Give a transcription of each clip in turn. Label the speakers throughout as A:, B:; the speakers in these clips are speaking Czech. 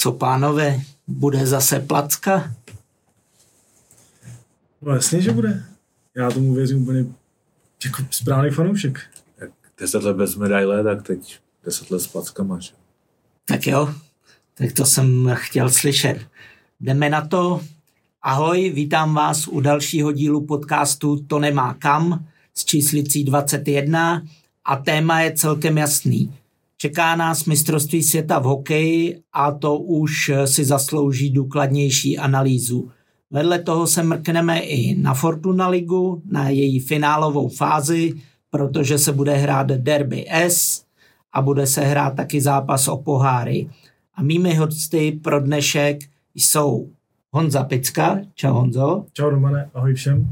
A: co, pánové, bude zase placka?
B: No jasně, že bude. Já tomu věřím úplně jako správný fanoušek.
C: Jak 10 let bez medaile, tak teď 10 let s plackama. Že?
A: Tak jo, tak to jsem chtěl slyšet. Jdeme na to. Ahoj, vítám vás u dalšího dílu podcastu To nemá kam s číslicí 21 a téma je celkem jasný. Čeká nás mistrovství světa v hokeji a to už si zaslouží důkladnější analýzu. Vedle toho se mrkneme i na Fortuna ligu, na její finálovou fázi, protože se bude hrát Derby S a bude se hrát taky zápas o poháry. A mými hosty pro dnešek jsou Honza Picka. Čau, Honzo.
B: Čau, Romane, ahoj všem.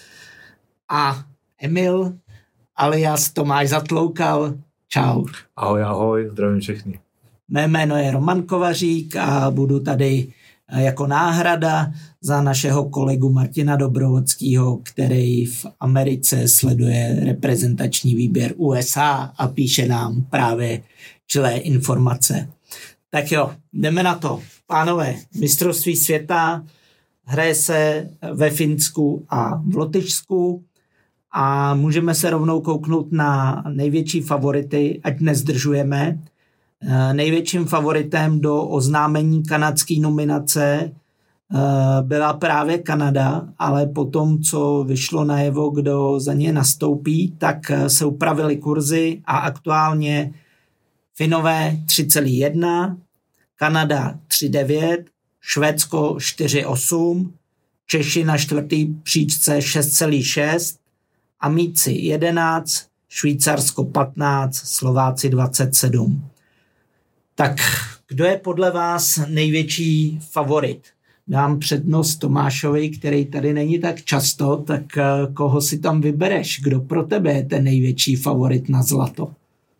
A: A Emil alias Tomáš Zatloukal. Čau.
C: Ahoj, ahoj, zdravím všechny.
A: Mé jméno je Roman Kovařík a budu tady jako náhrada za našeho kolegu Martina Dobrovodského, který v Americe sleduje reprezentační výběr USA a píše nám právě čilé informace. Tak jo, jdeme na to. Pánové, mistrovství světa hraje se ve Finsku a v Lotyšsku a můžeme se rovnou kouknout na největší favority, ať nezdržujeme. Největším favoritem do oznámení kanadské nominace byla právě Kanada, ale potom, co vyšlo najevo, kdo za ně nastoupí, tak se upravily kurzy a aktuálně Finové 3,1, Kanada 3,9, Švédsko 4,8, Češi na čtvrtý příčce 6,6, Amíci 11, Švýcarsko 15, Slováci 27. Tak kdo je podle vás největší favorit? Dám přednost Tomášovi, který tady není tak často, tak koho si tam vybereš? Kdo pro tebe je ten největší favorit na zlato?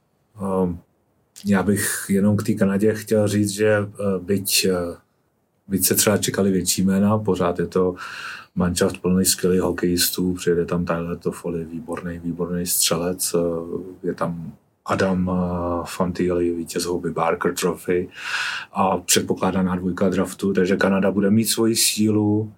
C: Já bych jenom k té Kanadě chtěl říct, že byť se třeba čekali větší jména, pořád je to manšaft plný skvělých hokejistů, přijede tam Tyler Toffoli, výborný střelec, je tam Adam Fantilli, vítěz Hobey Barker Trophy a předpokládaná dvojka draftu, takže Kanada bude mít svoji sílu,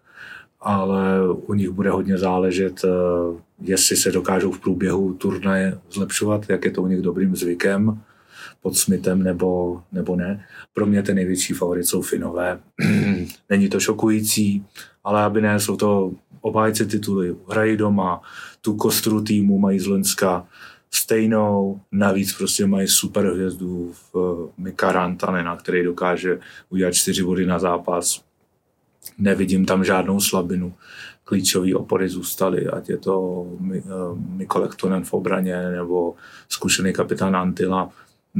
C: ale u nich bude hodně záležet, jestli se dokážou v průběhu turnaje zlepšovat, jak je to u nich dobrým zvykem, pod Smithem nebo ne. Pro mě ten největší favorit jsou Finové. Není to šokující, ale aby ne, jsou to obhájci tituly, hrají doma, tu kostru týmu mají z Loňska stejnou, navíc prostě mají super hvězdu v Mika Rantanena, který dokáže udělat 4 body na zápas. Nevidím tam žádnou slabinu. Klíčové opory zůstaly, ať je to Mikko Lehtonen v obraně nebo zkušený kapitán Antila.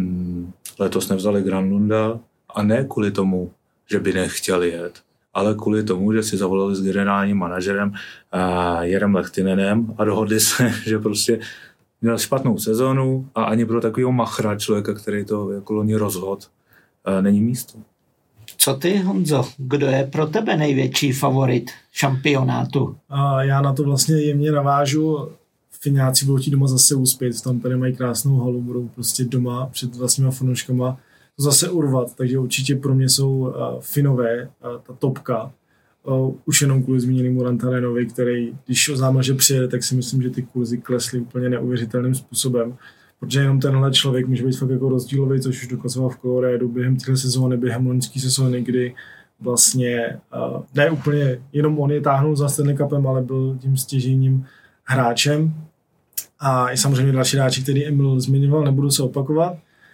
C: Letos nevzali Granlunda a ne kvůli tomu, že by nechtěli jet, ale kvůli tomu, že si zavolali s generálním manažerem Jarem Lehtinenem a dohodli se, že prostě měl špatnou sezonu a ani pro takového machra člověka, který to jako loni rozhodl, není místo.
A: Co ty, Honzo? Kdo je pro tebe největší favorit šampionátu?
B: Já na to vlastně jemně navážu. Fináci budou chtít doma zase uspět, v Tampere mají krásnou halu, budou prostě doma před vlastníma fanouškama to zase urvat, takže určitě pro mě jsou Finové, ta topka, už jenom kvůli zmíněnému Rantanenovi, který, když oznámil, že přijede, tak si myslím, že ty kurzy klesly úplně neuvěřitelným způsobem, protože jenom tenhle člověk může být fakt jako rozdílový, což už dokazoval v Coloradu během téhle sezóny, během loňské sezóny, kdy vlastně ne úplně, jenom on je táhnul za Stanley Cupem, ale byl tím stěžejním hráčem. A i samozřejmě další hráči, který Emil zmiňoval, nebudu se opakovat.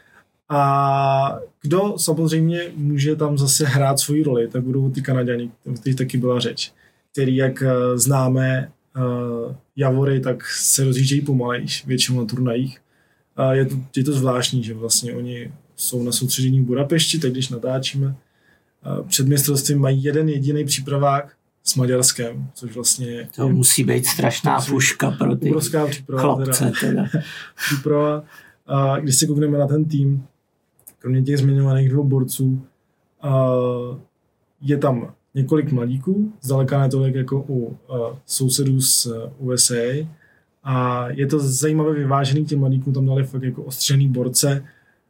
B: A kdo samozřejmě může tam zase hrát svoji roli, tak budou ty Kanaďani, o kterých taky byla řeč, který, jak známe, javory, tak se rozjíždějí pomalejš, většinou na turnajích. Je to zvláštní, že vlastně oni jsou na soustředění v Budapešti, tak když natáčíme před mistrovstvím mají jeden jediný přípravák s Maďarskem, což vlastně...
A: To musí být strašná fuška pro ty chlapce.
B: Příprava. A když se koukneme na ten tým, kromě těch zmiňovaných 2 borců, je tam několik mladíků, zdaleka ne tolik jako u sousedů z USA. A je to zajímavé vyvážený, těm mladíkům tam dali fakt jako ostřený borce,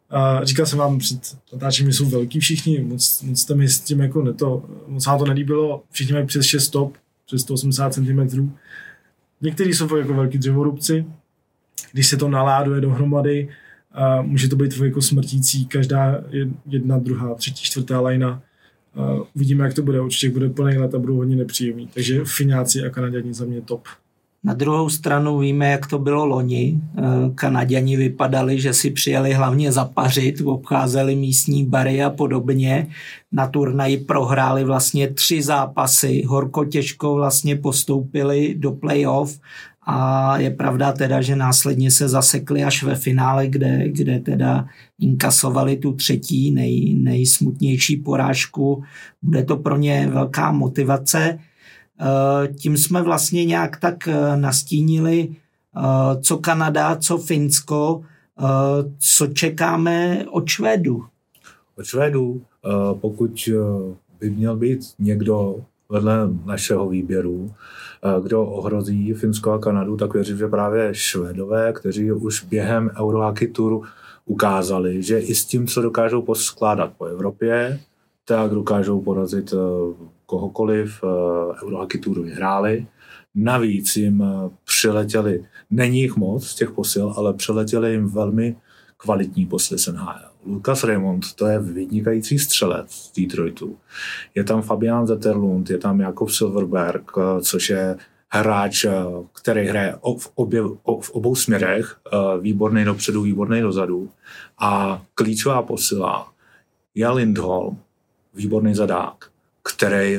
B: Říkal jsem vám před natáčením, že jsou velký všichni, moc tam je s tím jako moc vám to nelíbilo, všichni mají přes 6 stop, přes 180 cm. Někteří jsou jako velký dřevorubci, když se to naláduje dohromady, může to být jako smrtící, každá jedna, druhá, třetí, čtvrtá lajna. Uvidíme, jak to bude, určitě bude plný let a budou hodně nepříjemný, takže Fiňáci a Kanaďani za mě top.
A: Na druhou stranu víme, jak to bylo loni. Kanaďani vypadali, že si přijeli hlavně zapařit, obcházeli místní bary a podobně. Na turnaji prohráli vlastně 3 zápasy, horko těžko vlastně postoupili do playoff a je pravda teda, že následně se zasekli až ve finále, kde teda inkasovali tu třetí nejsmutnější porážku. Bude to pro ně velká motivace. Tím jsme vlastně nějak tak nastínili, co Kanada, co Finsko, co čekáme od Švédů.
C: Od Švédů, pokud by měl být někdo vedle našeho výběru, kdo ohrozí Finsko a Kanadu, tak věřím, že právě Švédové, kteří už během Eurohockey Tour ukázali, že i s tím, co dokážou poskládat po Evropě, tak dokážou porazit kohokoliv, Eurohockey Tour vyhráli. Navíc jim přiletěli, není jich moc z těch posil, ale přiletěli jim velmi kvalitní posily z NHL. Lucas Raymond, to je vynikající střelec z Detroitu. Je tam Fabian Zetterlund, je tam Jakob Silverberg, což je hráč, který hraje v obou směrech, výborný dopředu, výborný dozadu. A klíčová posila je Lindholm, výborný zadák, který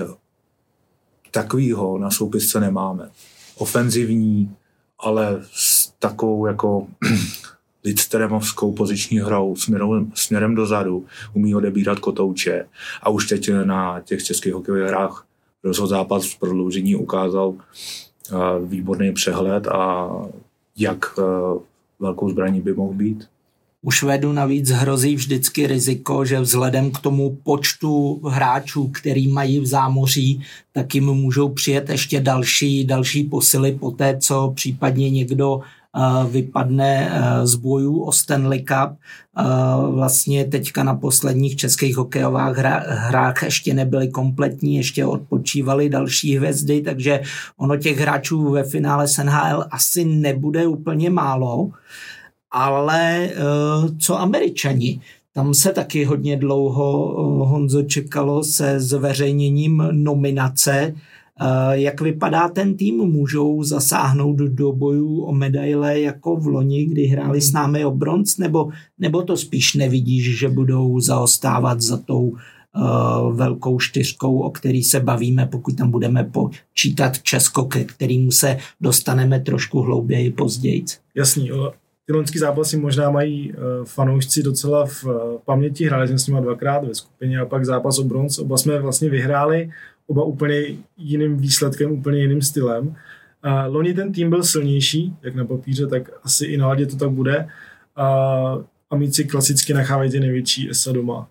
C: takovýho na soupisce nemáme. Ofenzivní, ale s takovou jako lidstremovskou poziční hrou směrem dozadu, umí odebírat kotouče a už teď na těch českých hokejových hrách rozhod zápas v prodloužení ukázal výborný přehled a jak velkou zbraní by mohl být.
A: U Švédů navíc hrozí vždycky riziko, že vzhledem k tomu počtu hráčů, který mají v zámoří, tak jim můžou přijet ještě další posily po té, co případně někdo vypadne z bojů o Stanley Cup. Vlastně teďka na posledních českých hokejových hrách ještě nebyly kompletní, ještě odpočívaly další hvězdy, takže ono těch hráčů ve finále s NHL asi nebude úplně málo. Ale co Američani? Tam se taky hodně dlouho, Honzo, čekalo se zveřejněním nominace. Jak vypadá ten tým? Můžou zasáhnout do bojů o medaile jako v loni, kdy hráli s námi o bronz? Nebo to spíš nevidíš, že budou zaostávat za tou velkou 4, o který se bavíme, pokud tam budeme počítat Česko, ke kterému se dostaneme trošku hlouběji později?
B: Jasný, ty loňský zápasy možná mají fanoušci docela v paměti, hráli jsme s nimi 2krát ve skupině a pak zápas o bronz, oba jsme vlastně vyhráli, oba úplně jiným výsledkem, úplně jiným stylem. Loni ten tým byl silnější, jak na papíře, tak asi i na ledě to tak bude. Amici klasicky nechávají ty největší esa doma.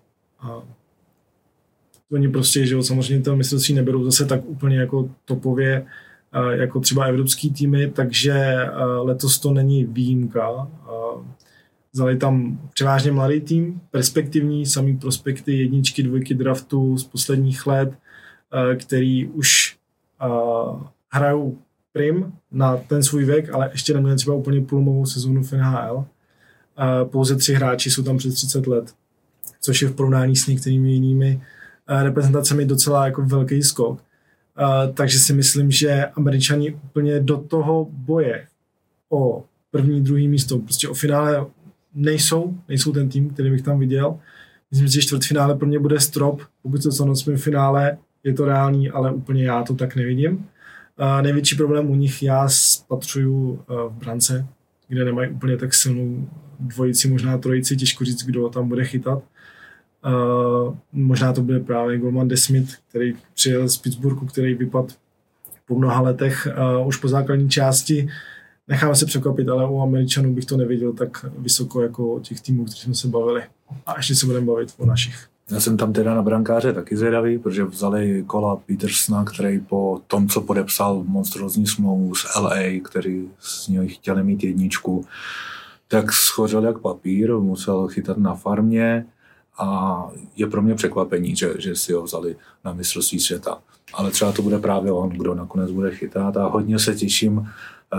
B: Oni prostě, že samozřejmě to mistrovství neberou zase tak úplně jako topově, jako třeba evropský týmy, takže letos to není výjimka. Vzali tam převážně mladý tým, perspektivní, samý prospekty, 1, 2 draftu z posledních let, který už hrajou prim na ten svůj věk, ale ještě neměli třeba úplně průlomovou sezónu v NHL. Pouze 3 hráči jsou tam přes 30 let, což je v porovnání s některými jinými reprezentacemi docela jako velký skok. Takže si myslím, že Američani úplně do toho boje o 1., 2. místo, prostě o finále nejsou ten tým, který bych tam viděl. Myslím si, že čtvrtfinále pro mě bude strop, pokud se dostanou v finále, je to reálný, ale úplně já to tak nevidím. Největší problém u nich já spatřuju v brance, kde nemají úplně tak silnou dvojici, možná trojici, těžko říct, kdo tam bude chytat. Možná to bude právě golman DeSmith, který přijel z Pittsburghu, který vypadl po mnoha letech už po základní části. Necháme se překvapit, ale u Američanů bych to neviděl tak vysoko jako těch týmů, kteří jsme se bavili. A ještě se budeme bavit o našich.
C: Já jsem tam teda na brankáře taky zvědavý, protože vzali Kola Petersona, který po tom, co podepsal monstrózní smlouvu s LA, který s něj chtěli mít 1, tak schořel jak papír, musel chytat na farmě a je pro mě překvapení, že si ho vzali na mistrovství světa. Ale třeba to bude právě on, kdo nakonec bude chytat a hodně se těším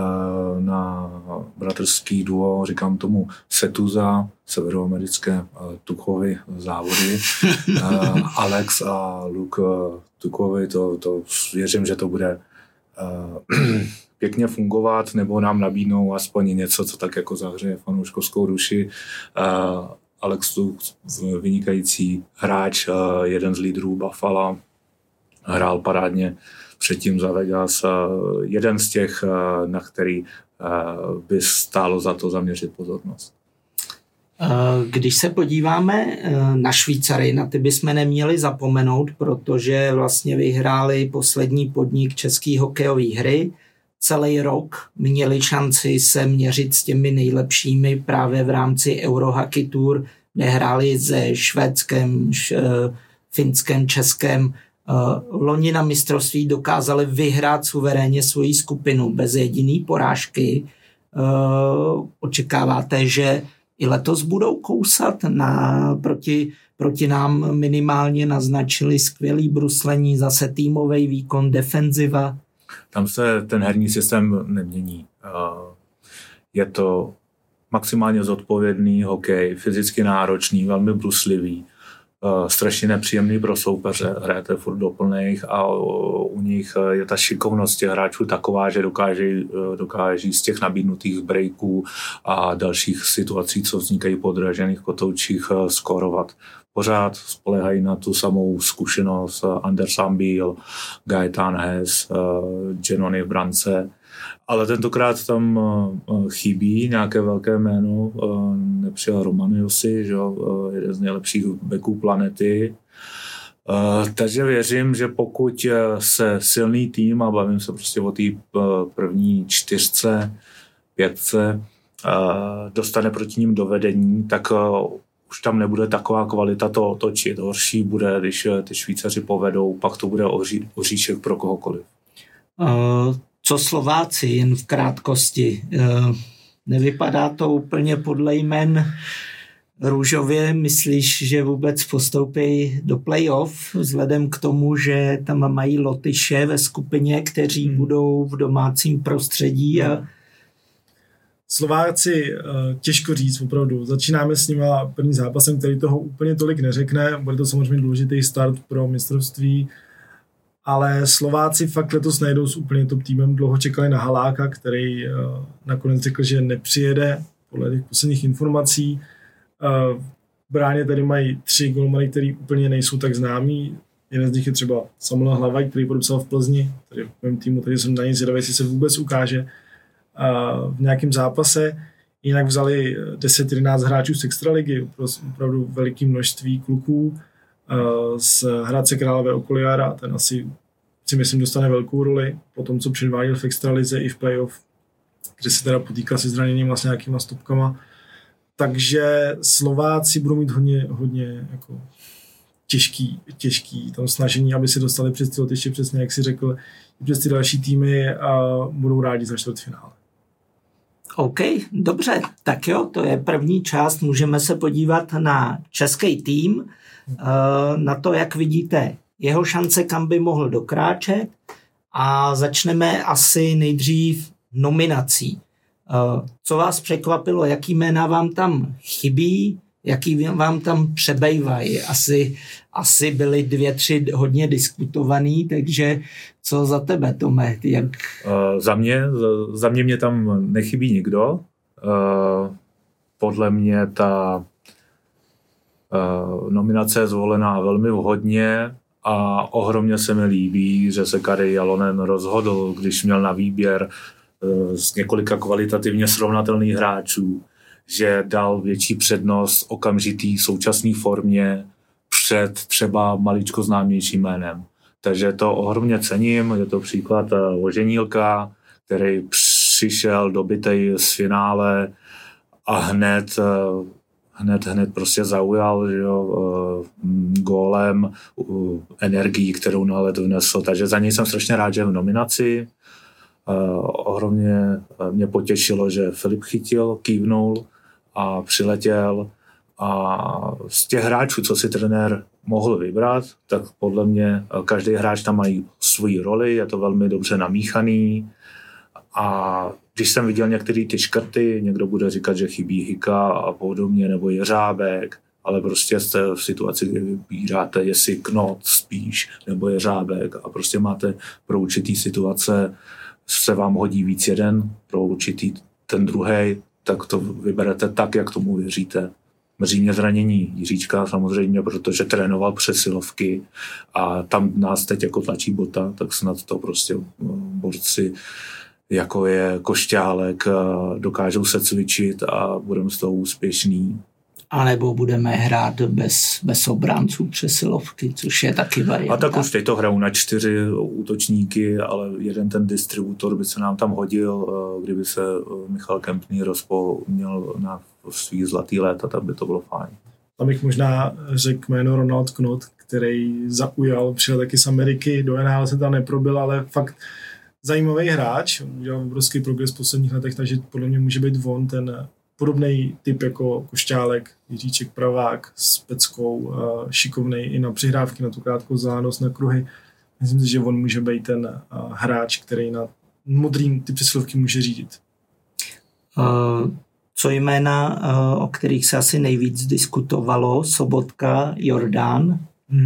C: na bratrský duo, říkám tomu Setuza, severoamerické Tuchovy závody. Alex a Luke Tuchovy, to věřím, že to bude pěkně fungovat, nebo nám nabídnou aspoň něco, co tak jako zahřeje fanouškovskou duši. Alex Tuch, vynikající hráč, jeden z lídrů Buffalo, hrál parádně předtím za Vegas, jeden z těch, na který by stálo za to zaměřit pozornost.
A: Když se podíváme na Švýcary, na ty bychom neměli zapomenout, protože vlastně vyhráli poslední podnik české hokejové hry. Celý rok měli šanci se měřit s těmi nejlepšími právě v rámci Eurohockey Tour, kde hráli se Švédskem, Finskem, Českem. Loni na mistrovství dokázali vyhrát suverénně svoji skupinu bez jediný porážky. Očekáváte, že i letos budou kousat proti nám minimálně naznačili skvělý bruslení, zase týmový výkon, defenziva?
C: Tam se ten herní systém nemění. Je to maximálně zodpovědný hokej, fyzicky náročný, velmi bruslivý, strašně nepříjemný pro soupeře, hrajete furt do plných a u nich je ta šikovnost těch hráčů taková, že dokáží z těch nabídnutých breaků a dalších situací, co vznikají po odražených kotoučích, skórovat. Pořád spolehají na tu samou zkušenost Anders Ambil, Gaetan Hess, Genoni v brance, ale tentokrát tam chybí nějaké velké jméno, nepřijel Roman Josi, že jeden z nejlepších backů planety. Takže věřím, že pokud se silný tým, a bavím se prostě o té první 4, 5, dostane proti ním do vedení, tak už tam nebude taková kvalita to otočit. Horší bude, když ty Švýcaři povedou, pak to bude oříšek pro kohokoliv.
A: Co Slováci, jen v krátkosti? Nevypadá to úplně podle jmen růžově. Myslíš, že vůbec postoupí do playoff vzhledem k tomu, že tam mají Lotyše ve skupině, kteří budou v domácím prostředí?
B: Slováci, těžko říct, opravdu. Začínáme s nima prvním zápasem, který toho úplně tolik neřekne. Bude to samozřejmě důležitý start pro mistrovství, ale Slováci fakt letos nejdou s úplně top týmem. Dlouho čekali na Haláka, který nakonec řekl, že nepřijede, podle těch posledních informací. V bráně tady mají 3 golmany, který úplně nejsou tak známí. Jeden z nich je třeba Samuel Hlavaj, který podepsal v Plzni, tady v mém týmu, takže jsem na něj zvědavý, jestli se vůbec ukáže v nějakém zápase. Jinak vzali 10-11 hráčů z extraligy, opravdu veliké množství kluků. Z Hradce Králové Okuliára, ten asi si myslím dostane velkou roli po tom, co předváděl v extralize i v playoff, kde se teda potýkal se zraněním a s nějakýma stopkama. Takže Slováci budou mít hodně jako těžký tam snažení, aby se dostali přes ty Lotyše, přesně jak si řekl, přes ty další týmy a budou rádi za čtvrtfinále.
A: OK, dobře, tak jo, to je první část, můžeme se podívat na český tým, na to, jak vidíte jeho šance, kam by mohl dokráčet a začneme asi nejdřív nominací. Co vás překvapilo, jaký jména vám tam chybí, jaký vám tam přebejvají? Asi byly 2-3 hodně diskutovaný, takže co za tebe, Tome?
C: Za mě tam nechybí nikdo. Podle mě ta nominace je zvolená velmi vhodně a ohromně se mi líbí, že se Kari Jalonen rozhodl, když měl na výběr z několika kvalitativně srovnatelných hráčů, že dal větší přednost okamžitý současné formě před třeba maličko známějším jménem. Takže to ohromně cením, je to příklad Voženílka, který přišel dobitej z finále a hned prostě zaujal, že jo, gólem, energií, kterou na led vnesl. Takže za něj jsem strašně rád, že v nominaci. Ohromně mě potěšilo, že Filip Chytil kývnul a přiletěl a z těch hráčů, co si trenér mohl vybrat, tak podle mě každý hráč tam mají svoji roli, je to velmi dobře namíchaný a když jsem viděl některé ty škrty, někdo bude říkat, že chybí Hika a podobně, nebo Jeřábek, ale prostě jste v situaci, kdy vybíráte, jestli Knot spíš, nebo Jeřábek a prostě máte pro určitý situace, se vám hodí víc jeden, pro určitý ten druhej, tak to vyberete tak, jak tomu věříte. Mrzí mě zranění Jiříčka samozřejmě, protože trénoval přesilovky a tam nás teď jako tlačí Bota, tak snad to prostě borci jako je Košťálek dokážou se cvičit a budeme z toho úspěšný.
A: A nebo budeme hrát bez obránců přesilovky, což je taky varianta.
C: A tak už teď to hrajou na 4 útočníky, ale jeden ten distributor by se nám tam hodil, kdyby se Michal Kempný rozpomněl na svých zlatý léta, tak by to bylo fajn.
B: Tam bych možná řekl jméno Ronald Knot, který zaujal, přijel taky z Ameriky, do NHL se tam neprobil, ale fakt zajímavý hráč, udělal obrovský progres v posledních letech, takže podle mě může být on ten podobný typ jako Košťálek, Jiříček pravák s peckou, šikovnej i na přihrávky, na tu krátkou vzdálenost, na kruhy. Myslím si, že on může být ten hráč, který na modrým ty přesilovky může řídit.
A: Co jména, o kterých se asi nejvíc diskutovalo? Sobotka, Jordán?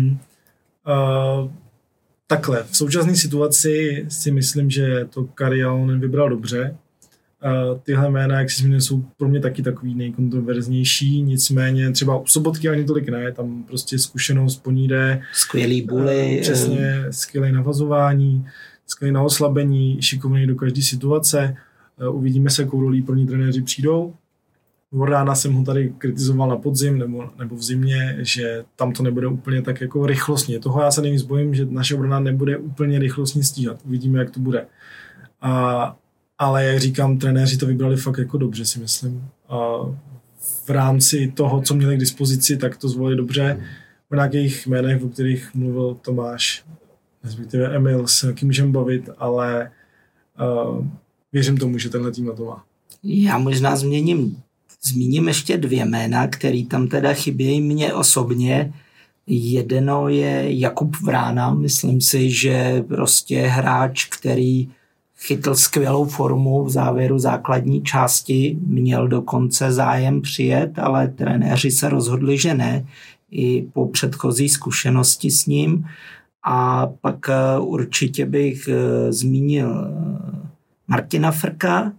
B: Takhle, v současné situaci si myslím, že to Kari Jalonen vybral dobře. Tyhle jména, jak si zmínil, jsou pro mě taky takový nejkontroverznější, nicméně třeba u Sobotky ani tolik ne, tam prostě zkušenost po ní jde.
A: Skvělý buly.
B: Přesně, skvělé navazování, skvělé na oslabení, šikovný do každé situace. Uvidíme se, jakou rolí pro ní trenéři přijdou. Jordána jsem ho tady kritizoval na podzim nebo v zimě, že tam to nebude úplně tak jako rychlostně. Toho já se nejvíc bojím, že naše obrana nebude úplně rychlostně stíhat. Uvidíme, jak to bude. Ale jak říkám, trenéři to vybrali fakt jako dobře, si myslím. V rámci toho, co měli k dispozici, tak to zvolili dobře. O nějakých jménech, o kterých mluvil Tomáš, respektive Emil, se jakým můžeme bavit, ale věřím tomu, že tenhle tým na to má.
A: Já možná zmíním ještě 2 jména, který tam teda chybějí mně osobně. Jedno je Jakub Vrána, myslím si, že prostě hráč, který chytl skvělou formu v závěru základní části, měl dokonce zájem přijet, ale trenéři se rozhodli, že ne, i po předchozí zkušenosti s ním. A pak určitě bych zmínil Martina Frka,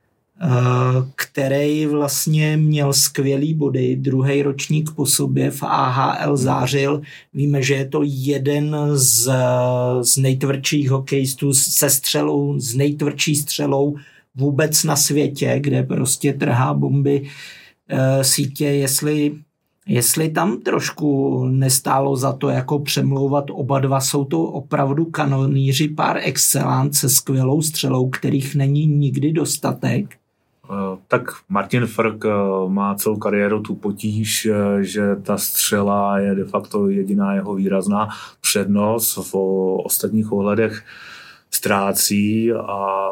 A: který vlastně měl skvělý body, 2. ročník po sobě v AHL zářil. Víme, že je to jeden z nejtvrdších hokejistů se střelou, s nejtvrdší střelou vůbec na světě, kde prostě trhá bomby sítě, jestli tam trošku nestálo za to jako přemlouvat oba dva, jsou to opravdu kanonýři par excellence se skvělou střelou, kterých není nikdy dostatek.
C: Tak Martin Frk má celou kariéru tu potíž, že ta střela je de facto jediná jeho výrazná přednost, v ostatních ohledech ztrácí a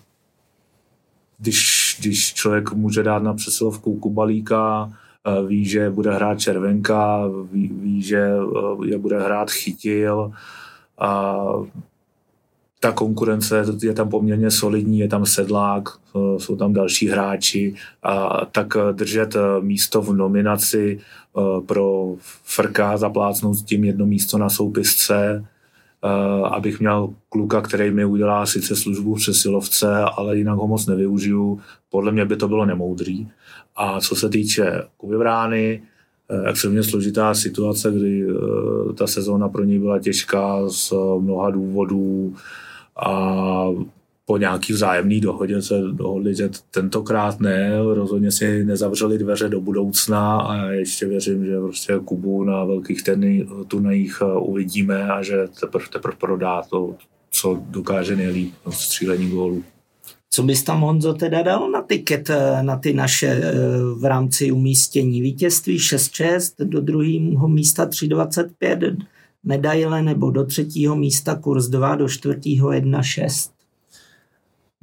C: když člověk může dát na přesilovku Kubalíka, ví, že bude hrát Červenka, ví, že je bude hrát Chytil a ta konkurence je tam poměrně solidní, je tam Sedlák, jsou tam další hráči a tak držet místo v nominaci pro Frka, zaplácnout tím jedno místo na soupisce, abych měl kluka, který mi udělá sice službu v přesilovce, ale jinak ho moc nevyužiju. Podle mě by to bylo nemoudrý. A co se týče Kuby Vrány, extrémně složitá situace, kdy ta sezóna pro něj byla těžká z mnoha důvodů a po nějaký vzájemný dohodě se dohodli, že tentokrát ne, rozhodně si nezavřeli dveře do budoucna a ještě věřím, že prostě Kubu na velkých turnajích uvidíme a že teprve prodá to, co dokáže nejlíp, střílení gólů.
A: Co bys tam, Honzo, teda dal na tiket na ty naše v rámci umístění? Vítězství 6-6, do 2. místa 3,25 medaile, nebo do 3. místa kurz 2, do 4. 1,6?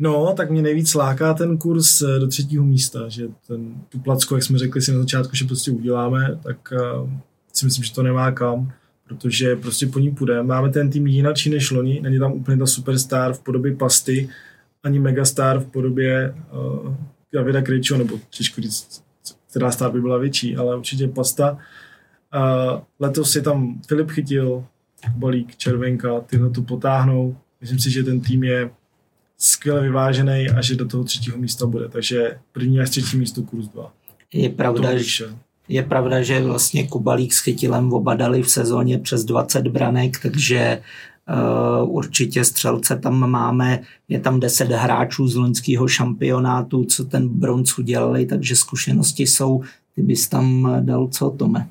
B: No, tak mě nejvíc láká ten kurz do 3. místa, že tu placku, jak jsme řekli si na začátku, že prostě uděláme, tak si myslím, že to nemá kam, protože prostě po ní půjde. Máme ten tým jinačí než loni, není tam úplně ta superstar v podobě Pasty, ani megastar v podobě Davida Krejčího, nebo těžko říct, která star by byla větší, ale určitě Pasta. Letos je tam Filip Chytil, Balík, Červenka, tyhle to potáhnou. Myslím si, že ten tým je skvěle vyvážený a že do toho 3. místa bude. Takže první až 3. místo kurz 2.
A: Je pravda, že vlastně Kubalík s Chytilem oba dali v sezóně přes 20 branek, takže určitě střelce tam máme. Je tam 10 hráčů z loňského šampionátu, co ten bronz udělali, takže zkušenosti jsou. Ty bys tam dal co, Tome?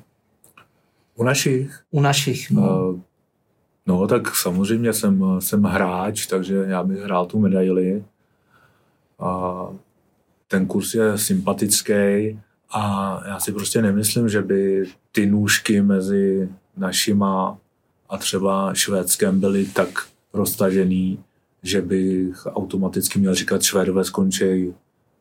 C: U našich,
A: no.
C: No, tak samozřejmě jsem hráč, takže já bych hrál tu medaili. Ten kurz je sympatický a já si prostě nemyslím, že by ty nůžky mezi našima a třeba Švédskem byly tak roztažený, že bych automaticky měl říkat, Švédové skončí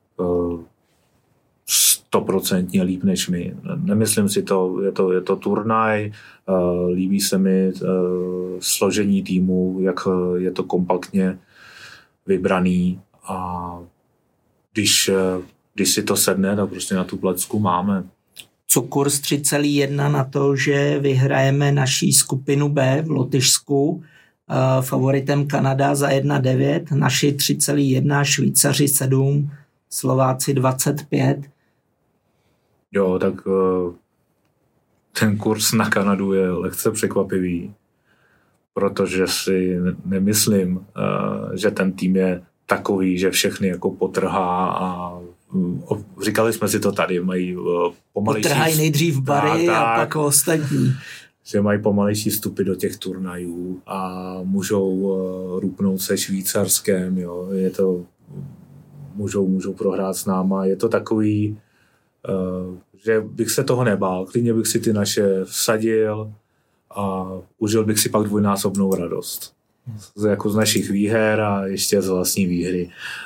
C: 100% líp než my. Nemyslím si to, je to turnaj, líbí se mi složení týmu, jak je to kompaktně vybraný a když si to sedne, tak prostě na tu placku máme.
A: Co kurz 3,1 na to, že vyhrajeme naší skupinu B v Lotyšsku, favoritem Kanada za 1,9, naši 3,1, Švýcaři 7, Slováci 25.
C: Jo, tak ten kurz na Kanadu je lehce překvapivý, protože si nemyslím, že ten tým je takový, že všechny jako potrhá a říkali jsme si to tady, mají pomalejší...
A: Potrhají nejdřív Bary a pak ostatní.
C: Že mají pomalejší vstupy do těch turnajů a můžou rupnout se Švýcarskem, jo, je to... Můžou prohrát s náma. Je to takový, že bych se toho nebál. Klidně bych si ty naše vsadil a užil bych si pak dvojnásobnou radost. Jako z našich výher a ještě z vlastní výhry.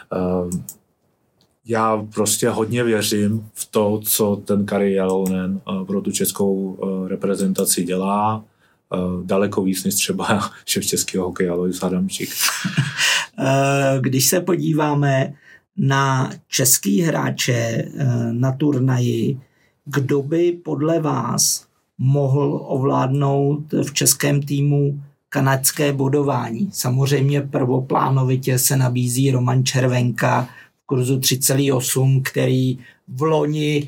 C: Já prostě hodně věřím v to, co ten Kari Jalonen pro tu českou reprezentaci dělá. Daleko víc než třeba šéf českého hokeje Alois Adamčík.
A: Když se podíváme na český hráče na turnaji, kdo by podle vás mohl ovládnout v českém týmu kanadské bodování? Samozřejmě prvoplánovitě se nabízí Roman Červenka v kurzu 3,8, který v loni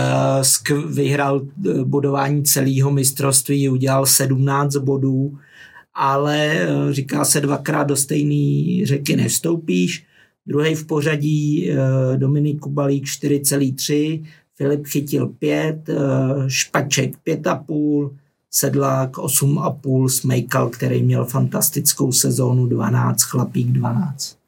A: vyhrál bodování celého mistrovství, udělal 17 bodů, ale říká se, dvakrát do stejné řeky nevstoupíš. Druhý v pořadí Dominik Kubalík 4,3, Filip Chytil 5, Špaček 5,5, Sedlák 8,5, Smejkal, který měl fantastickou sezónu 12, Chlapík 12.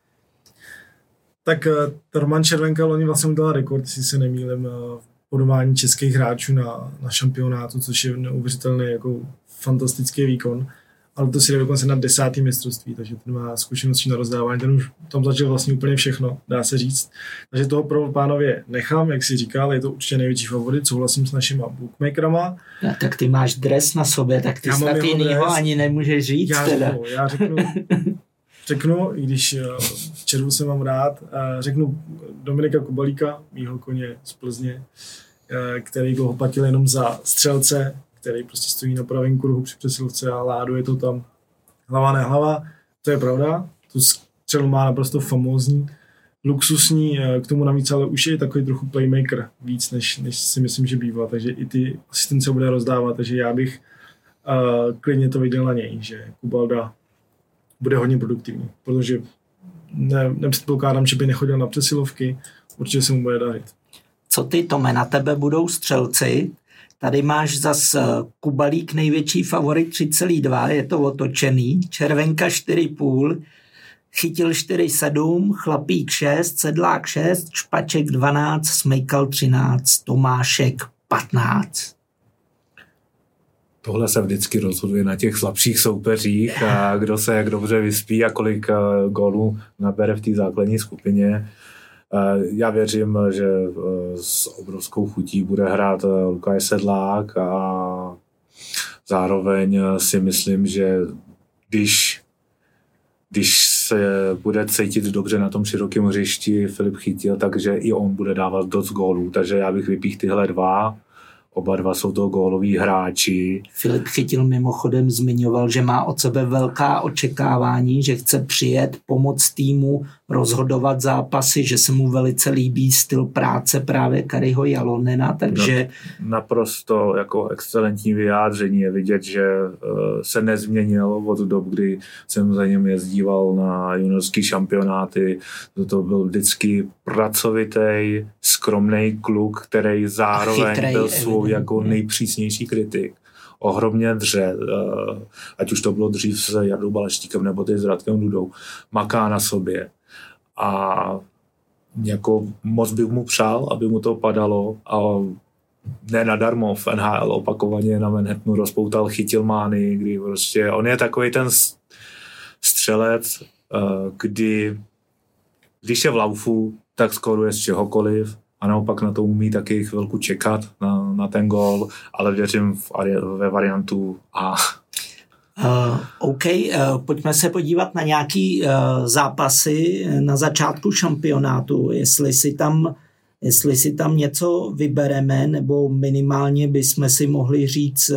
B: Tak Roman Červenka loni vlastně udělal rekord, jestli se nemýlím, v bodování českých hráčů na šampionátu, což je neuvěřitelný jako fantastický výkon. Ale to si jde dokonce na 10. mistrovství, takže ten má zkušenosti na rozdávání, ten už tam začal vlastně úplně všechno, dá se říct. Takže toho prvoplánově nechám, jak si říkal, je to určitě největší favorit, souhlasím s našima bookmakerama.
A: Ja, tak ty máš dres na sobě, tak ty snad jinýho ani nemůžeš říct.
B: Já řeknu, i když červu se mám rád, řeknu Dominika Kubalíka, mýho koně z Plzně, který dlouho platil jenom za střelce, který prostě stojí na pravém kruhu při přesilovce a láduje to tam hlava nehlava. To je pravda, tu střelu má naprosto famózní, luxusní, k tomu navíc, ale už je takový trochu playmaker víc, než si myslím, že bývá, takže i ty asistence bude rozdávat, takže já bych klidně to viděl na něj, že Kubalda bude hodně produktivní, protože nepředpokládám, že by nechodil na přesilovky, určitě se mu bude dařit.
A: Co ty, Tome, na tebe budou střelci? Tady máš zas Kubalík největší favorit 3,2, je to otočený, Červenka 4,5, Chytil 4,7, Chlapík 6, Sedlák 6, Špaček 12, Smejkal 13, Tomášek 15.
C: tohle se vždycky rozhoduje na těch slabších soupeřích a kdo se jak dobře vyspí a kolik gólů nabere v té základní skupině. Já věřím, že s obrovskou chutí bude hrát Lukáš Sedlák a zároveň si myslím, že když se bude cítit dobře na tom širokém hřišti Filip Chytil, takže i on bude dávat dost gólů, takže já bych vypíchl tyhle dva. Oba dva jsou to góloví hráči.
A: Filip Chytil mimochodem zmiňoval, že má od sebe velká očekávání, že chce přijet, pomoct týmu, rozhodovat zápasy, že se mu velice líbí styl práce právě Kariho Jalonena, takže...
C: Naprosto jako excelentní vyjádření je vidět, že se nezměnil od dob, kdy jsem za ním jezdíval na juniorský šampionáty. To byl vždycky pracovitý, skromný kluk, který zároveň byl svou jako nejpřísnější kritik. Ohromně dře, ať už to bylo dřív s Jardou Baleštíkem nebo teď s Radkem Dudou, maká na sobě. A jako moc bych mu přál, aby mu to padalo a ne nadarmo v NHL opakovaně na Manhattanu rozpoutal Chytil mány, kdy prostě on je takový ten střelec, když je v laufu, tak skóruje z čehokoliv a naopak na to umí taky chvilku čekat na ten gól, ale věřím ve variantu A.
A: OK, pojďme se podívat na nějaký zápasy na začátku šampionátu, jestli si tam něco vybereme, nebo minimálně bychom si mohli říct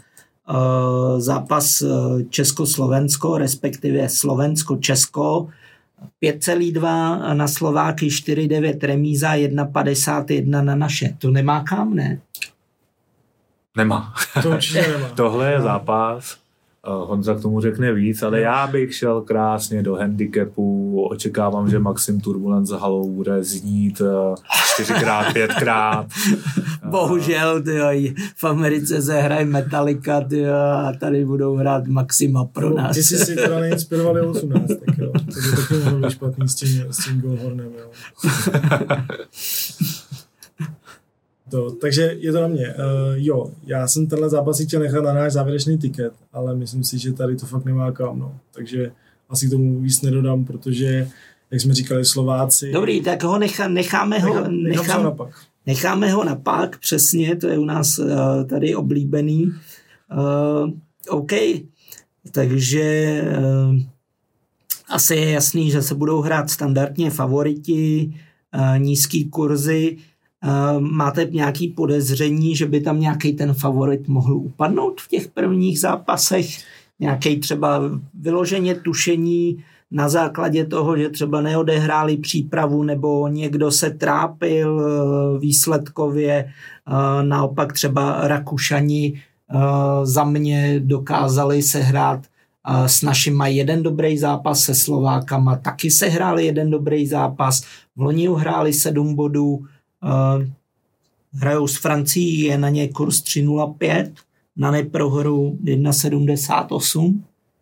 A: zápas Česko-Slovensko, respektive Slovensko-Česko, 5,2 na Slováky, 4,9 remíza, 1,51 na naše. To nemá kam, ne?
C: Nemá.
B: To určitě nemá.
C: Tohle je zápas. Honza k tomu řekne víc, ale já bych šel krásně do handicapu. Očekávám, že Maxim Turbulence za halou bude znít 4x, 5x.
A: Bohužel, v Americe se hraje Metallica a tady budou hrát Maxima pro nás.
B: Ty jsi si teda neinspirovali 18, tak jo. To by taky mohlo být špatný s tím Goldhornem, jo. Takže je to na mě. Jo, já jsem tenhle zápas chtěl nechat na náš závěrečný tiket, ale myslím si, že tady to fakt nemá kam. No. Takže asi k tomu víc nedodám, protože, jak jsme říkali, Slováci...
A: Dobrý, tak ho necháme ho na pak, přesně, to je u nás tady oblíbený. OK, takže asi je jasný, že se budou hrát standardně favoriti, nízký kurzy. Máte nějaké podezření, že by tam nějaký ten favorit mohl upadnout v těch prvních zápasech? Nějaký třeba vyloženě tušení na základě toho, že třeba neodehráli přípravu nebo někdo se trápil výsledkově, naopak třeba Rakušani za mě dokázali sehrát s našima jeden dobrý zápas, se Slovákama taky sehráli jeden dobrý zápas, v loni uhráli 7 bodů, hrajou s Francií, je na ně kurz 3,05, na neprohru 1,78.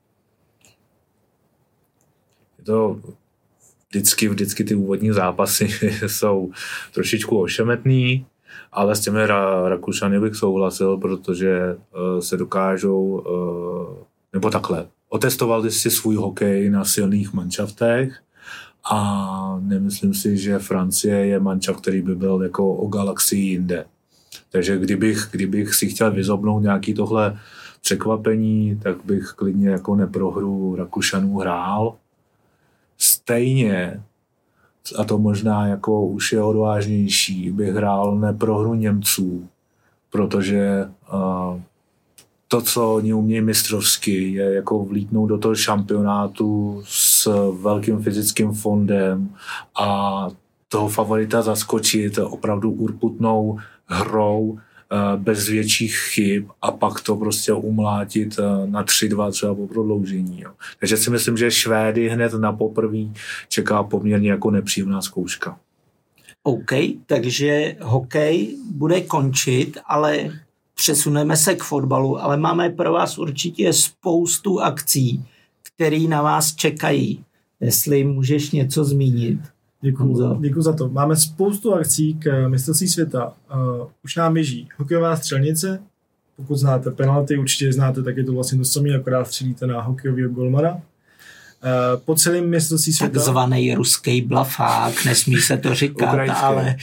C: To vždycky ty úvodní zápasy jsou trošičku ošemetný, ale s těmi Rakušany bych souhlasil, protože se dokážou, nebo takhle, otestovali si svůj hokej na silných manšaftech a nemyslím si, že Francie je manšaft, který by byl jako o galaxii jinde. Takže kdybych si chtěl vyzobnout nějaký tohle překvapení, tak bych klidně jako neprohru Rakušanů hrál. Stejně, a to možná jako už je odvážnější, bych hrál neprohru Němců, protože to, co oni umějí mistrovsky, je jako vlítnout do toho šampionátu s velkým fyzickým fondem a toho favorita zaskočit opravdu urputnou hrou bez větších chyb a pak to prostě umlátit na 3-2 třeba po prodloužení. Jo. Takže si myslím, že Švédy hned na poprví čeká poměrně jako nepříjemná zkouška.
A: OK, takže hokej bude končit, ale přesuneme se k fotbalu, ale máme pro vás určitě spoustu akcí, které na vás čekají. Jestli můžeš něco zmínit.
B: Děkuji za to. Máme spoustu akcí k mistrovství světa. Už nám běží hokejová střelnice, pokud znáte penalty, určitě znáte, tak je to vlastně to samé, akorát střílíte na hokejovýho golmana. Po celém mistrovství světa.
A: Takzvaný ruský blafák, nesmí se to říkat, ale...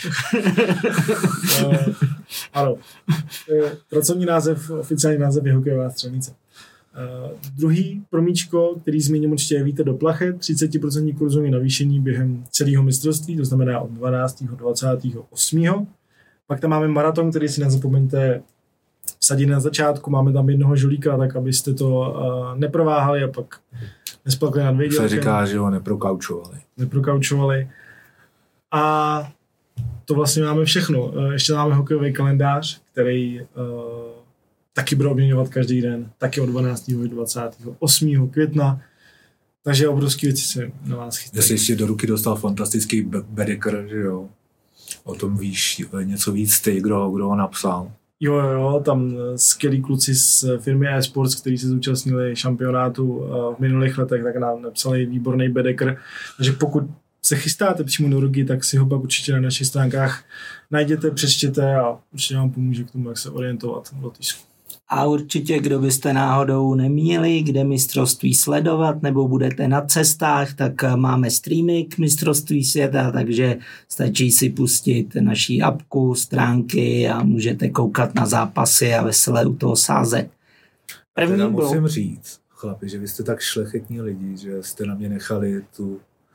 B: Ano. Pracovní název, oficiální název je hokejová střelnice. Druhý promíčko, který zmíním určitě víte do plachet, 30% kurzovní navýšení během celého mistrovství, to znamená od 12. do 28. Pak tam máme maraton, který si nezapomeňte vsadit na začátku, máme tam jednoho žulíka, tak abyste to neprováhali a pak nespakli na 2 dělky.
C: Se říká, že ho neprokaučovali.
B: A to vlastně máme všechno. Ještě máme hokejový kalendář, který taky bude obměňovat každý den, taky od 12. do 28. května. Takže obrovský věci se na vás chytají.
C: Já si ještě do ruky dostal fantastický Bedecker, že jo? O tom víš něco víc ty, kdo ho napsal.
B: Jo, tam skvělí kluci z firmy eSports, kteří se zúčastnili šampionátu v minulých letech, tak nám napsali výborný Bedecker. Takže pokud se chystáte přímo do ruky, tak si ho pak určitě na našich stránkách najděte, přečtěte a určitě vám pomůže k tomu, jak se orientovat v Lotyšsku.
A: A určitě, kdo byste náhodou neměli, kde mistrovství sledovat, nebo budete na cestách, tak máme streamy k mistrovství světa, takže stačí si pustit naší apku, stránky a můžete koukat na zápasy a veselé u toho sázet.
C: První musím říct, chlapi, že vy jste tak šlechetní lidi, že jste na mě nechali tu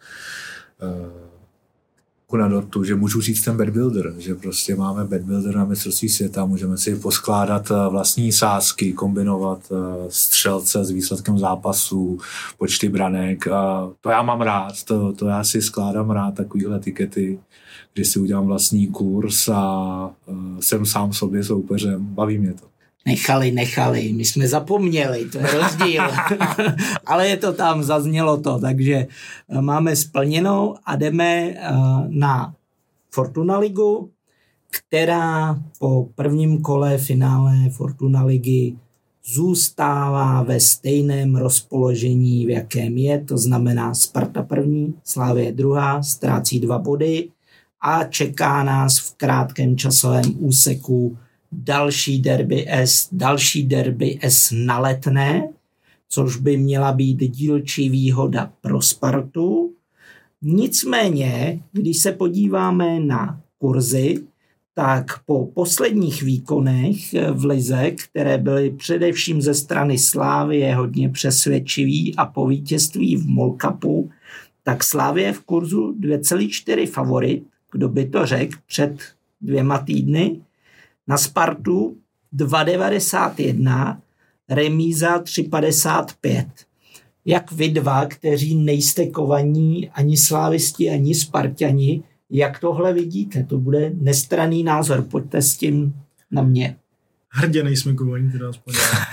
C: na dortu, že můžu říct ten bedbuilder, že prostě máme bedbuilder na mistrovství světa, můžeme si poskládat vlastní sázky, kombinovat střelce s výsledkem zápasů, počty branek a to já mám rád, to já si skládám rád, takovýhle tikety, kdy si udělám vlastní kurz a jsem sám sobě soupeřem, baví mě to.
A: Nechali, my jsme zapomněli, to je rozdíl. Ale je to tam, zaznělo to, takže máme splněno a jdeme na Fortuna ligu, která po prvním kole finále Fortuna ligy zůstává ve stejném rozpoložení, v jakém je, to znamená Sparta první, Slavie druhá, ztrácí 2 body a čeká nás v krátkém časovém úseku další derby S na Letné, což by měla být dílčí výhoda pro Spartu. Nicméně, když se podíváme na kurzy, tak po posledních výkonech v lize, které byly především ze strany Slavie hodně přesvědčivý a po vítězství v MOL Cupu, tak Slavie v kurzu 2,4 favorit, kdo by to řekl před 2 týdny, na Spartu 2,91, remíza 3,55. Jak vy dva, kteří nejste kovaní ani slávisti, ani Sparťani, jak tohle vidíte? To bude nestranný názor, pojďte s tím na mě.
B: Hrdě nejsme kovaní, teda aspoň.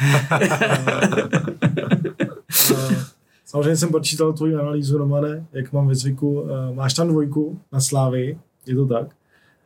B: Samozřejmě jsem počítal tvoji analýzu, Romane, jak mám ve zvyku. Máš tam 2 na Slávii, je to tak?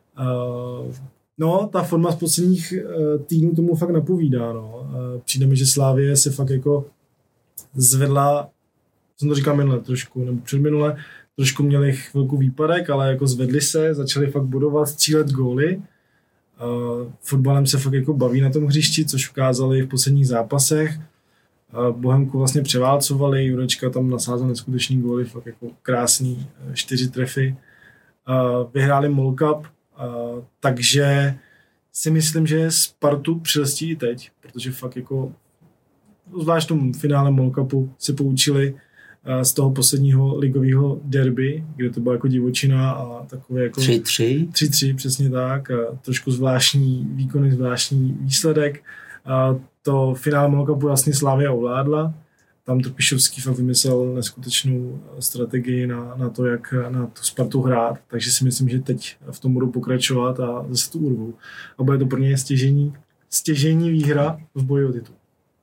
B: No, ta forma z posledních týdnů tomu fakt napovídá. No. Přijde mi, že Slavie se fakt jako zvedla, jsem to říkal minule trošku, nebo předminule, trošku měli chvilku výpadek, ale jako zvedli se, začali fakt budovat, střílet góly. Fotbalem se fakt jako baví na tom hřišti, což ukázali v posledních zápasech. Bohemku vlastně převálcovali, Jurečka tam nasázal neskutečný góly, fakt jako krásný 4 trefy. Vyhráli MOL Cup, takže si myslím, že Spartu přilstí i teď, protože fakt jako zvlášť v tom finále MOL Cupu se poučili z toho posledního ligového derby, kde to byla jako divočina a takové jako
A: 3-3.
B: 3-3, přesně tak. Trošku zvláštní výkony, zvláštní výsledek. To finále MOL Cupu jasně Slavia ovládla. Tam Trpišovský fakt vymyslel neskutečnou strategii na to, jak na tu Spartu hrát. Takže si myslím, že teď v tom budou pokračovat a zase tu urvou. A bude to pro ně stěžejní výhra v boji o titul.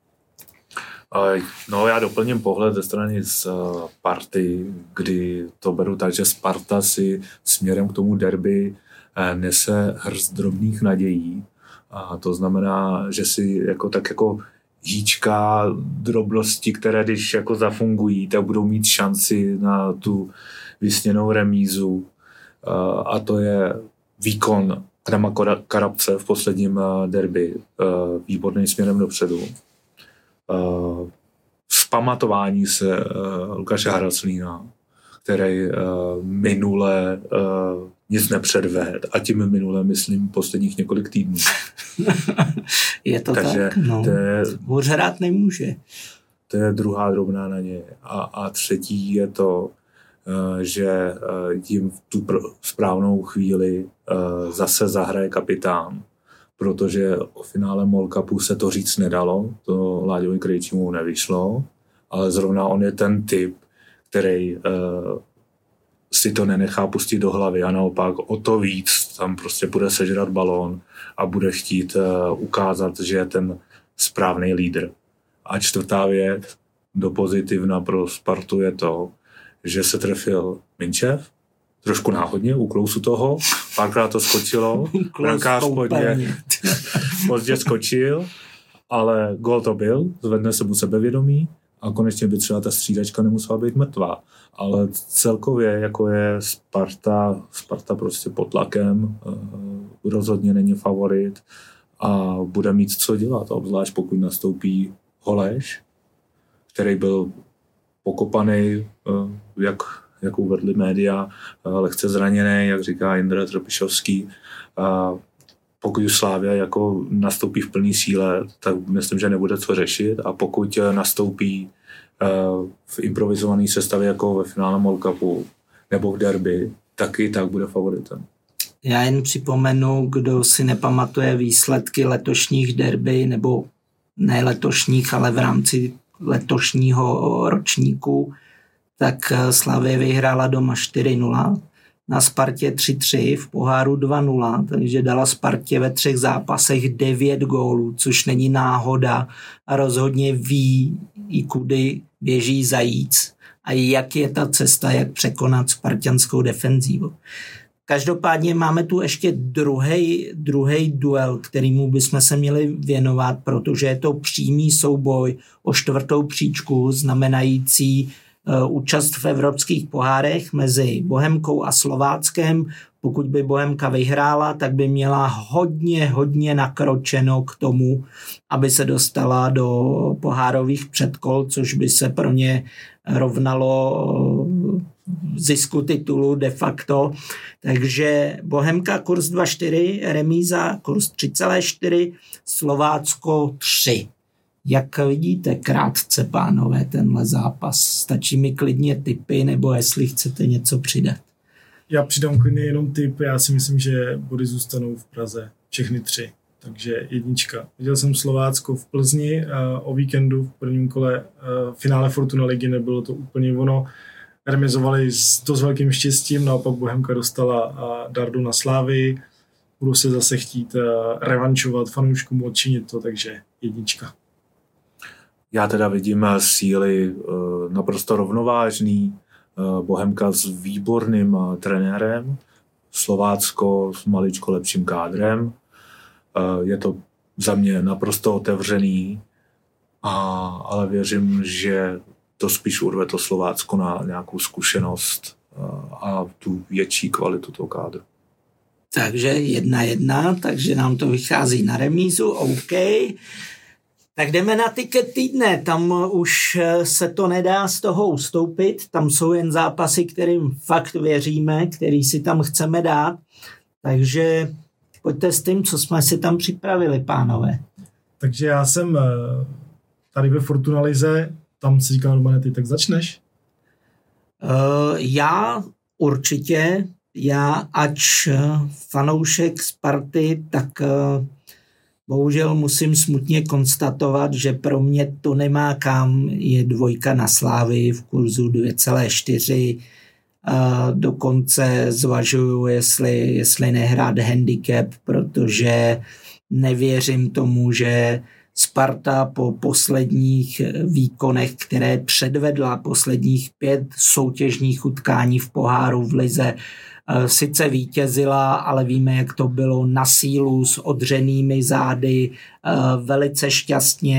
C: No, já doplním pohled ze strany Sparty, kdy to beru tak, že Sparta si směrem k tomu derby nese hrst drobných nadějí. A to znamená, že si jako hýčka drobnosti, které když jako zafungují, tak budou mít šanci na tu vysněnou remízu. A to je výkon Adama Karabce v posledním derby výborným směrem dopředu. Vzpamatování se Lukáše Haraclína, který minule nic nepředved a tím minule myslím posledních několik týdnů.
A: Je to takže tak? No. Hůř hrát nemůže.
C: To je druhá drobná naděje. A třetí je to, že jim v tu správnou chvíli zase zahraje kapitán, protože o finále MOL Cupu se to říct nedalo, to Láďovi Krejčímu nevyšlo, ale zrovna on je ten typ, který si to nenechá pustit do hlavy a naopak o to víc tam prostě bude sežrat balón a bude chtít ukázat, že je ten správný lídr. A čtvrtá věc, do pozitivna pro Spartu je to, že se trefil Minčev, trošku náhodně, u klousu toho, párkrát to skočilo, brankář pozdě skočil, ale gól to byl, zvedne se mu sebevědomí a konečně by třeba ta střídačka nemusela být mrtvá. Ale celkově, jako je Sparta prostě pod tlakem, rozhodně není favorit a bude mít co dělat, obzvlášť pokud nastoupí Holeš, který byl pokopaný, jak uvedli média, lehce zraněný, jak říká Jindra Trpišovský. Pokud už Slavia jako nastoupí v plný síle, tak myslím, že nebude co řešit a pokud nastoupí v improvizované sestavě jako ve finále MOL Cupu nebo v derby, taky tak bude favoritem.
A: Já jen připomenu, kdo si nepamatuje výsledky letošních derby, nebo ne letošních, ale v rámci letošního ročníku, tak Slavia vyhrála doma 4-0, na Spartě 3-3, v poháru 2-0, takže dala Spartě ve 3 zápasech 9 gólů, což není náhoda a rozhodně ví, i kudy běží zajíc a jak je ta cesta, jak překonat spartanskou defenzívu. Každopádně máme tu ještě druhý duel, kterýmu bychom se měli věnovat, protože je to přímý souboj o 4. příčku, znamenající účast v evropských pohárech mezi Bohemkou a Slováckem. Pokud by Bohemka vyhrála, tak by měla hodně nakročeno k tomu, aby se dostala do pohárových předkol, což by se pro ně rovnalo zisku titulu de facto. Takže Bohemka kurz 2,4, remíza kurz 3,4, Slovácko 3. Jak vidíte krátce, pánové, tenhle zápas? Stačí mi klidně tipy, nebo jestli chcete něco přidat?
B: Já přidám klidně jenom tip. Já si myslím, že body zůstanou v Praze. Všechny 3. Takže 1. Viděl jsem Slovácko v Plzni o víkendu v prvním kole finále Fortuna ligy. Nebylo to úplně ono. Remizovali s velkým štěstím. Naopak Bohemka dostala dardu na Slávii. Budou se zase chtít revančovat fanouškům, odčinit to, takže 1.
C: Já teda vidím síly naprosto rovnovážný. Bohemka s výborným trenérem, Slovácko s maličko lepším kádrem. Je to za mě naprosto otevřený, ale věřím, že to spíš urve to Slovácko na nějakou zkušenost a tu větší kvalitu toho kádru.
A: Takže 1-1, takže nám to vychází na remízu, OK. Tak jdeme na tiket týdne, tam už se to nedá z toho ustoupit, tam jsou jen zápasy, kterým fakt věříme, který si tam chceme dát, takže pojďte s tím, co jsme si tam připravili, pánové.
B: Takže já jsem tady ve Fortuna lize, tam si říkal, Romane, ty tak začneš?
A: Já určitě, ač fanoušek Sparty, tak bohužel musím smutně konstatovat, že pro mě to nemá kam, je 2 na Slávii v kurzu 2,4. Dokonce zvažuju, jestli nehrát handicap, protože nevěřím tomu, že Sparta po posledních výkonech, které předvedla posledních 5 soutěžních utkání v poháru v lize, sice vítězila, ale víme, jak to bylo na sílu s odřenými zády, velice šťastně.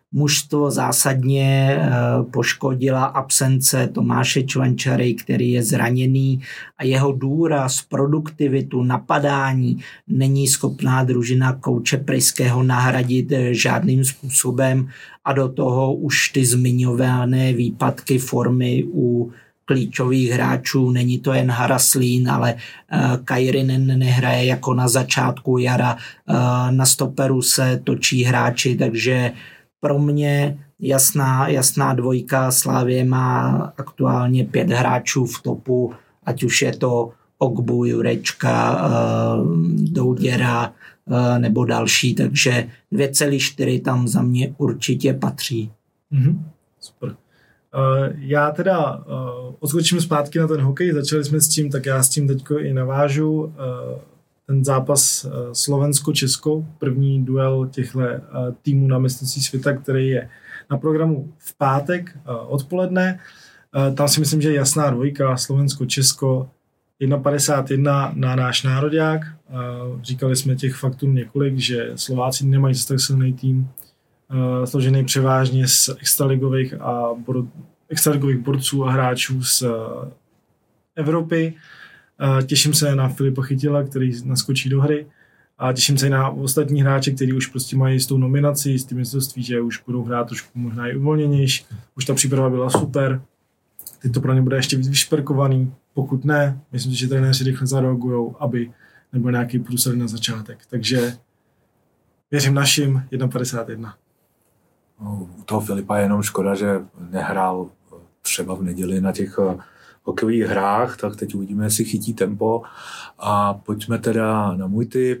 A: mužstvo zásadně poškodila absence Tomáše Čvančary, který je zraněný a jeho důraz, produktivitu, napadání není schopná družina kouče Pryského nahradit žádným způsobem a do toho už ty zmiňované výpadky formy u klíčových hráčů, není to jen Haraslín, ale Kairinen nehraje jako na začátku jara, na stoperu se točí hráči, takže pro mě jasná dvojka. Slavie má aktuálně 5 hráčů v topu, ať už je to Ogbu, Jurečka, Douděra nebo další, takže 2,4 tam za mě určitě patří.
B: Super. Já teda odskočím zpátky na ten hokej, začali jsme s tím, tak já s tím teďko i navážu. Ten zápas Slovensko-Česko, první duel těchto týmů na mistrovství světa, který je na programu v pátek odpoledne. Tam si myslím, že je jasná dvojka, Slovensko-Česko 1,51 na náš nároďák. Říkali jsme těch faktů několik, že Slováci nemají zase tak silný tým, složený převážně z extraligových borců a hráčů z Evropy. Těším se na Filipa Chytila, který naskočí do hry a těším se i na ostatní hráče, kteří už prostě mají jistou nominaci z tím mistrovství, že už budou hrát trošku možná i uvolněnější. Už ta příprava byla super. Teď to pro ně bude ještě víc vyšperkovaný. Pokud ne, myslím si, že trenéři rychle zareagujou, aby nebyl nějaký průser na začátek. Takže věřím našim 1,51.
C: U toho Filipa je jenom škoda, že nehrál třeba v neděli na těch hokejových hrách, tak teď uvidíme, jestli chytí tempo. A pojďme teda na můj tip.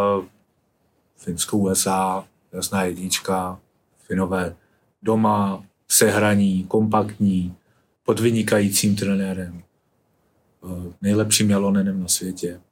C: Finsko-USA, jasná jednička, Finové doma, sehraní, kompaktní, pod vynikajícím trenérem, nejlepším Jalonenem na světě.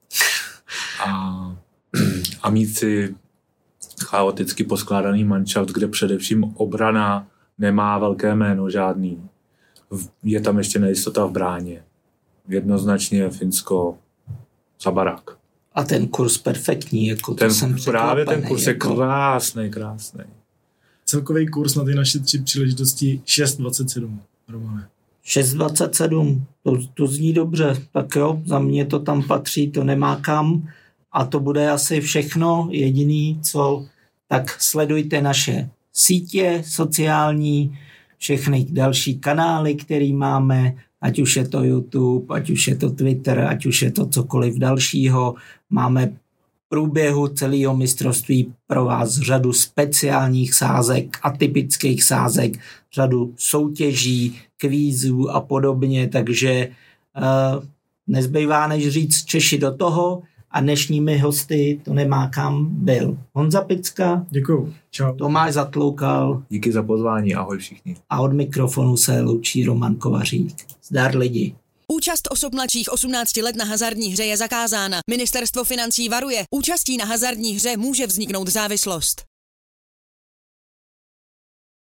C: A mít si chaoticky poskládaný manšaft, kde především obrana nemá velké jméno žádný. Je tam ještě nejistota v bráně. Jednoznačně Finsko za barák.
A: A ten kurz perfektní, jako to jsem
C: právě ten kurz je
A: jako...
C: krásný.
B: Celkový kurz na ty naše 3 příležitosti 6,27. Romane.
A: 6,27, to zní dobře, tak jo, za mě to tam patří, to nemá kam a to bude asi všechno, jediný co, tak sledujte naše sítě sociální, všechny další kanály, které máme, ať už je to YouTube, ať už je to Twitter, ať už je to cokoliv dalšího, máme v průběhu celého mistrovství pro vás řadu speciálních sázek, atypických sázek, řadu soutěží, kvízů a podobně, takže nezbývá než říct Češi do toho a dnešními hosty to nemá kam byl Honza Picka.
B: Děkuju. Čau.
A: Tomáš Zatloukal.
C: Díky za pozvání, ahoj všichni.
A: A od mikrofonu se loučí Roman Kovařík. Zdar lidi.
D: Účast osob mladších 18 let na hazardní hře je zakázána. Ministerstvo financí varuje. Účastí na hazardní hře může vzniknout závislost.